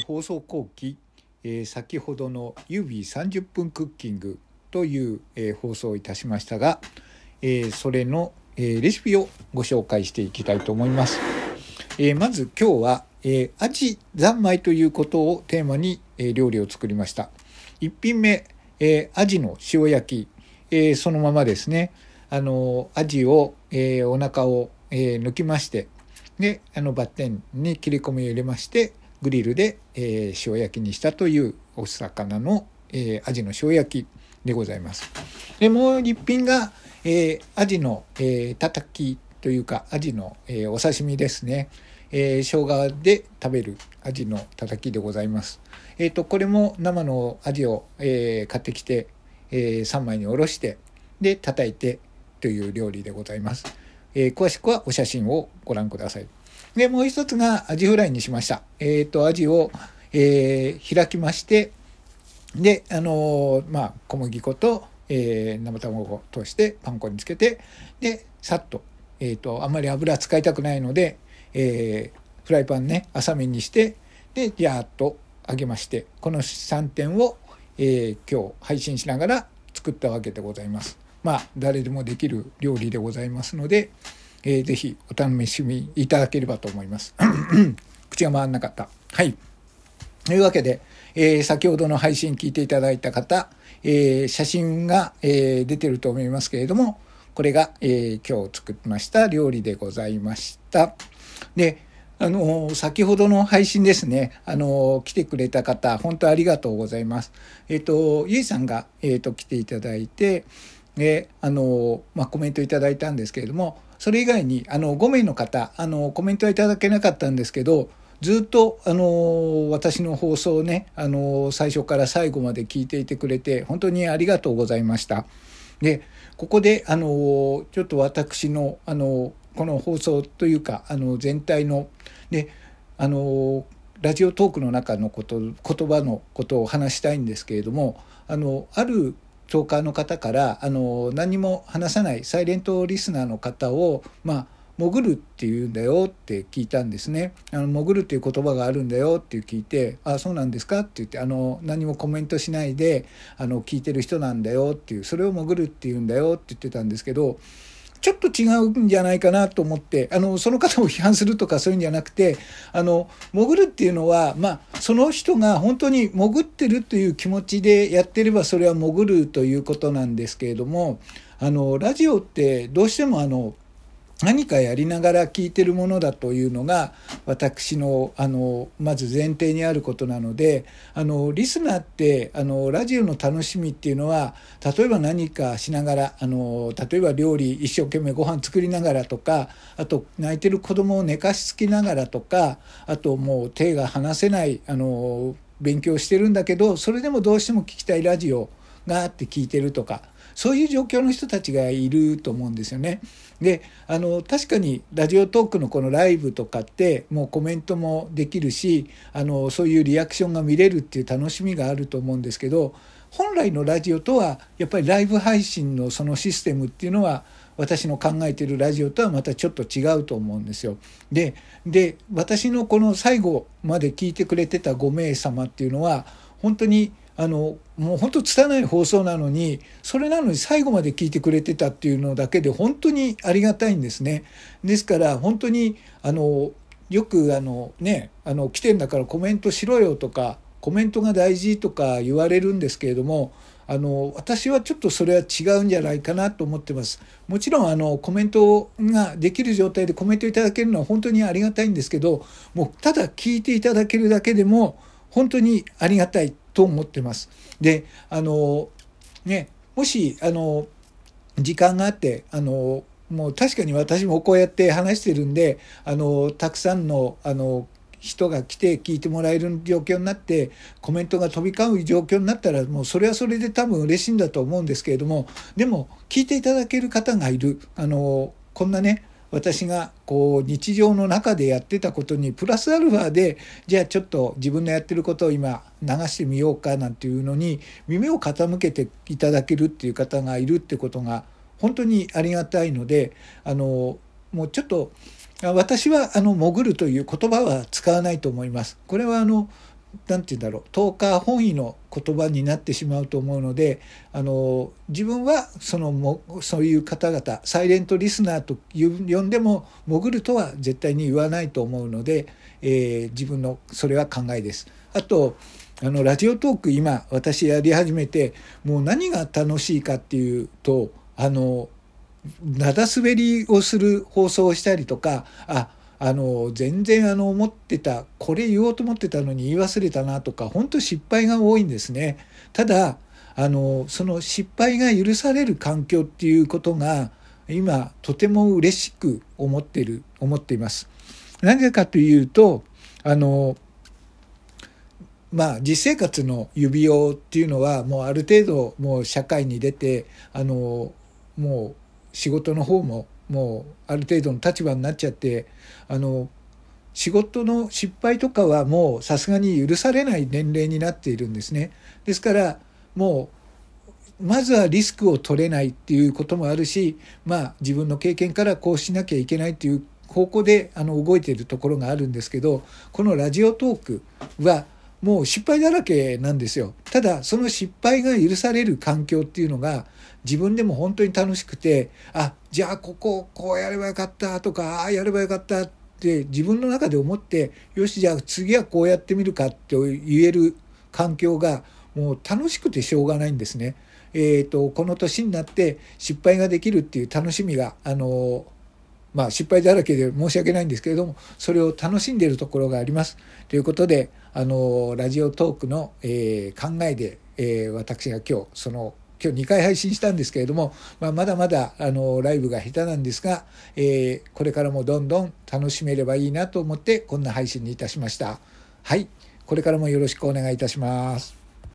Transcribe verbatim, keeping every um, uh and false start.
放送後期、えー、先ほどの指さんじゅっぷんクッキングという、えー、放送をいたしましたが、えー、それの、えー、レシピをご紹介していきたいと思います。えー、まず今日は、えー、アジ三昧ということをテーマに、えー、料理を作りました。いち品目、えー、アジの塩焼き、えー、そのままですね、あのアジを、えー、お腹を、えー、抜きまして、であのバッテンに切り込みを入れましてグリルで、えー、塩焼きにしたというお魚の、えー、アジの塩焼きでございます。でもう一品が、えー、アジの、えー、たたきというかアジの、えー、お刺身ですね。えー、生姜で食べるアジのたたきでございます。えーと、これも生のアジを、えー、買ってきて、えー、さんまいにおろしてで叩いてという料理でございます。えー、詳しくはお写真をご覧ください。でもう一つがアジフライにしました。えーとアジを、えー、開きましてであのー、まあ小麦粉と、えー、生卵を通してパン粉につけてでさっと、えーとあんまり油使いたくないので、えー、フライパンね浅めにしてでジャーッと揚げまして、このさんてんを、えー、今日配信しながら作ったわけでございます。まあ誰でもできる料理でございますので、えー、ぜひお楽しみいただければと思います口が回らなかった。はいというわけで、えー、先ほどの配信聞いていただいた方、えー、写真が、えー、出てると思いますけれども、これが、えー、今日作りました料理でございました。であのー、先ほどの配信ですね、あのー、来てくれた方本当ありがとうございます。えっ、ー、とゆいさんが、えー、と来ていただいてであの、まあ、コメントいただいたんですけれども、それ以外にあのご名の方あのコメントはいただけなかったんですけど、ずっとあの私の放送をねあの最初から最後まで聞いていてくれて本当にありがとうございました。でここであのちょっと私のあのこの放送というかあの全体のであのラジオトークの中のこと言葉のことを話したいんですけれども、あのあるトーカーの方からあの何も話さないサイレントリスナーの方をまあ潜るっていうんだよって聞いたんですね。あの潜るっていう言葉があるんだよって聞いて、あそうなんですかって言って、あの何もコメントしないであの聞いてる人なんだよっていう、それを潜るっていうんだよって言ってたんですけど、ちょっと違うんじゃないかなと思って、あのその方を批判するとかそういうんじゃなくて、あの潜るっていうのは、まあ、その人が本当に潜ってるという気持ちでやってればそれは潜るということなんですけれども、あのラジオってどうしてもあの何かやりながら聞いてるものだというのが私のあのまず前提にあることなので、あのリスナーってあのラジオの楽しみっていうのは、例えば何かしながらあの例えば料理一生懸命ご飯作りながらとか、あと泣いてる子供を寝かしつきながらとか、あともう手が離せないあの勉強してるんだけどそれでもどうしても聞きたいラジオがあって聞いてるとか、そういう状況の人たちがいると思うんですよね。であの確かにラジオトークのこのライブとかってもうコメントもできるし、あのそういうリアクションが見れるっていう楽しみがあると思うんですけど、本来のラジオとはやっぱりライブ配信のそのシステムっていうのは私の考えているラジオとはまたちょっと違うと思うんですよ。でで私のこの最後まで聞いてくれてたご名様っていうのは本当にあのもう本当拙い放送なのに、それなのに最後まで聞いてくれてたっていうのだけで本当にありがたいんですね。ですから本当にあのよくあのねあの来てんだからコメントしろよとかコメントが大事とか言われるんですけれども、あの私はちょっとそれは違うんじゃないかなと思ってます。もちろんあのコメントができる状態でコメントいただけるのは本当にありがたいんですけど、もうただ聞いていただけるだけでも本当にありがたいと思ってます。であのねもしあの時間があってあのもう確かに私もこうやって話してるんで、あのたくさんのあの人が来て聞いてもらえる状況になってコメントが飛び交う状況になったらもうそれはそれで多分嬉しいんだと思うんですけれども、でも聞いていただける方がいる、あのこんなね私がこう日常の中でやってたことにプラスアルファでじゃあちょっと自分のやってることを今流してみようかなんていうのに耳を傾けていただけるっていう方がいるってことが本当にありがたいので、あのもうちょっと私はあの潜るという言葉は使わないと思います。これはあのなんて言うんだろう、トーカー本位の言葉になってしまうと思うので、あの自分はそのもそういう方々サイレントリスナーと呼んでも潜るとは絶対に言わないと思うので、えー、自分のそれは考えです。あとあのラジオトーク今私やり始めて、もう何が楽しいかっていうと、あのなだ滑りをする放送をしたりとか、ああの全然あの思ってたこれ言おうと思ってたのに言い忘れたなとか、本当失敗が多いんですね。ただあのその失敗が許される環境っていうことが今とても嬉しく思ってる思っています。なぜかというと、あのまあ実生活の指輪っていうのはもうある程度もう社会に出て、あのもう仕事の方ももうある程度の立場になっちゃって、あの仕事の失敗とかはもうさすがに許されない年齢になっているんですね。ですからもうまずはリスクを取れないっていうこともあるし、まあ自分の経験からこうしなきゃいけないっていう方向であの動いているところがあるんですけど、このラジオトークはもう失敗だらけなんですよ。ただその失敗が許される環境っていうのが自分でも本当に楽しくて、あ、じゃあこここうやればよかったとか、ああやればよかったって自分の中で思って、よしじゃあ次はこうやってみるかって言える環境がもう楽しくてしょうがないんですね。えーと、この年になって失敗ができるっていう楽しみがあのまあ失敗だらけで申し訳ないんですけれども、それを楽しんでいるところがあります。ということで、あのラジオトークの、えー、考えで、えー、私が今日その今日にかい配信したんですけれども、まあ、まだまだあのライブが下手なんですが、えー、これからもどんどん楽しめればいいなと思ってこんな配信にいたしました。はい、これからもよろしくお願いいたします。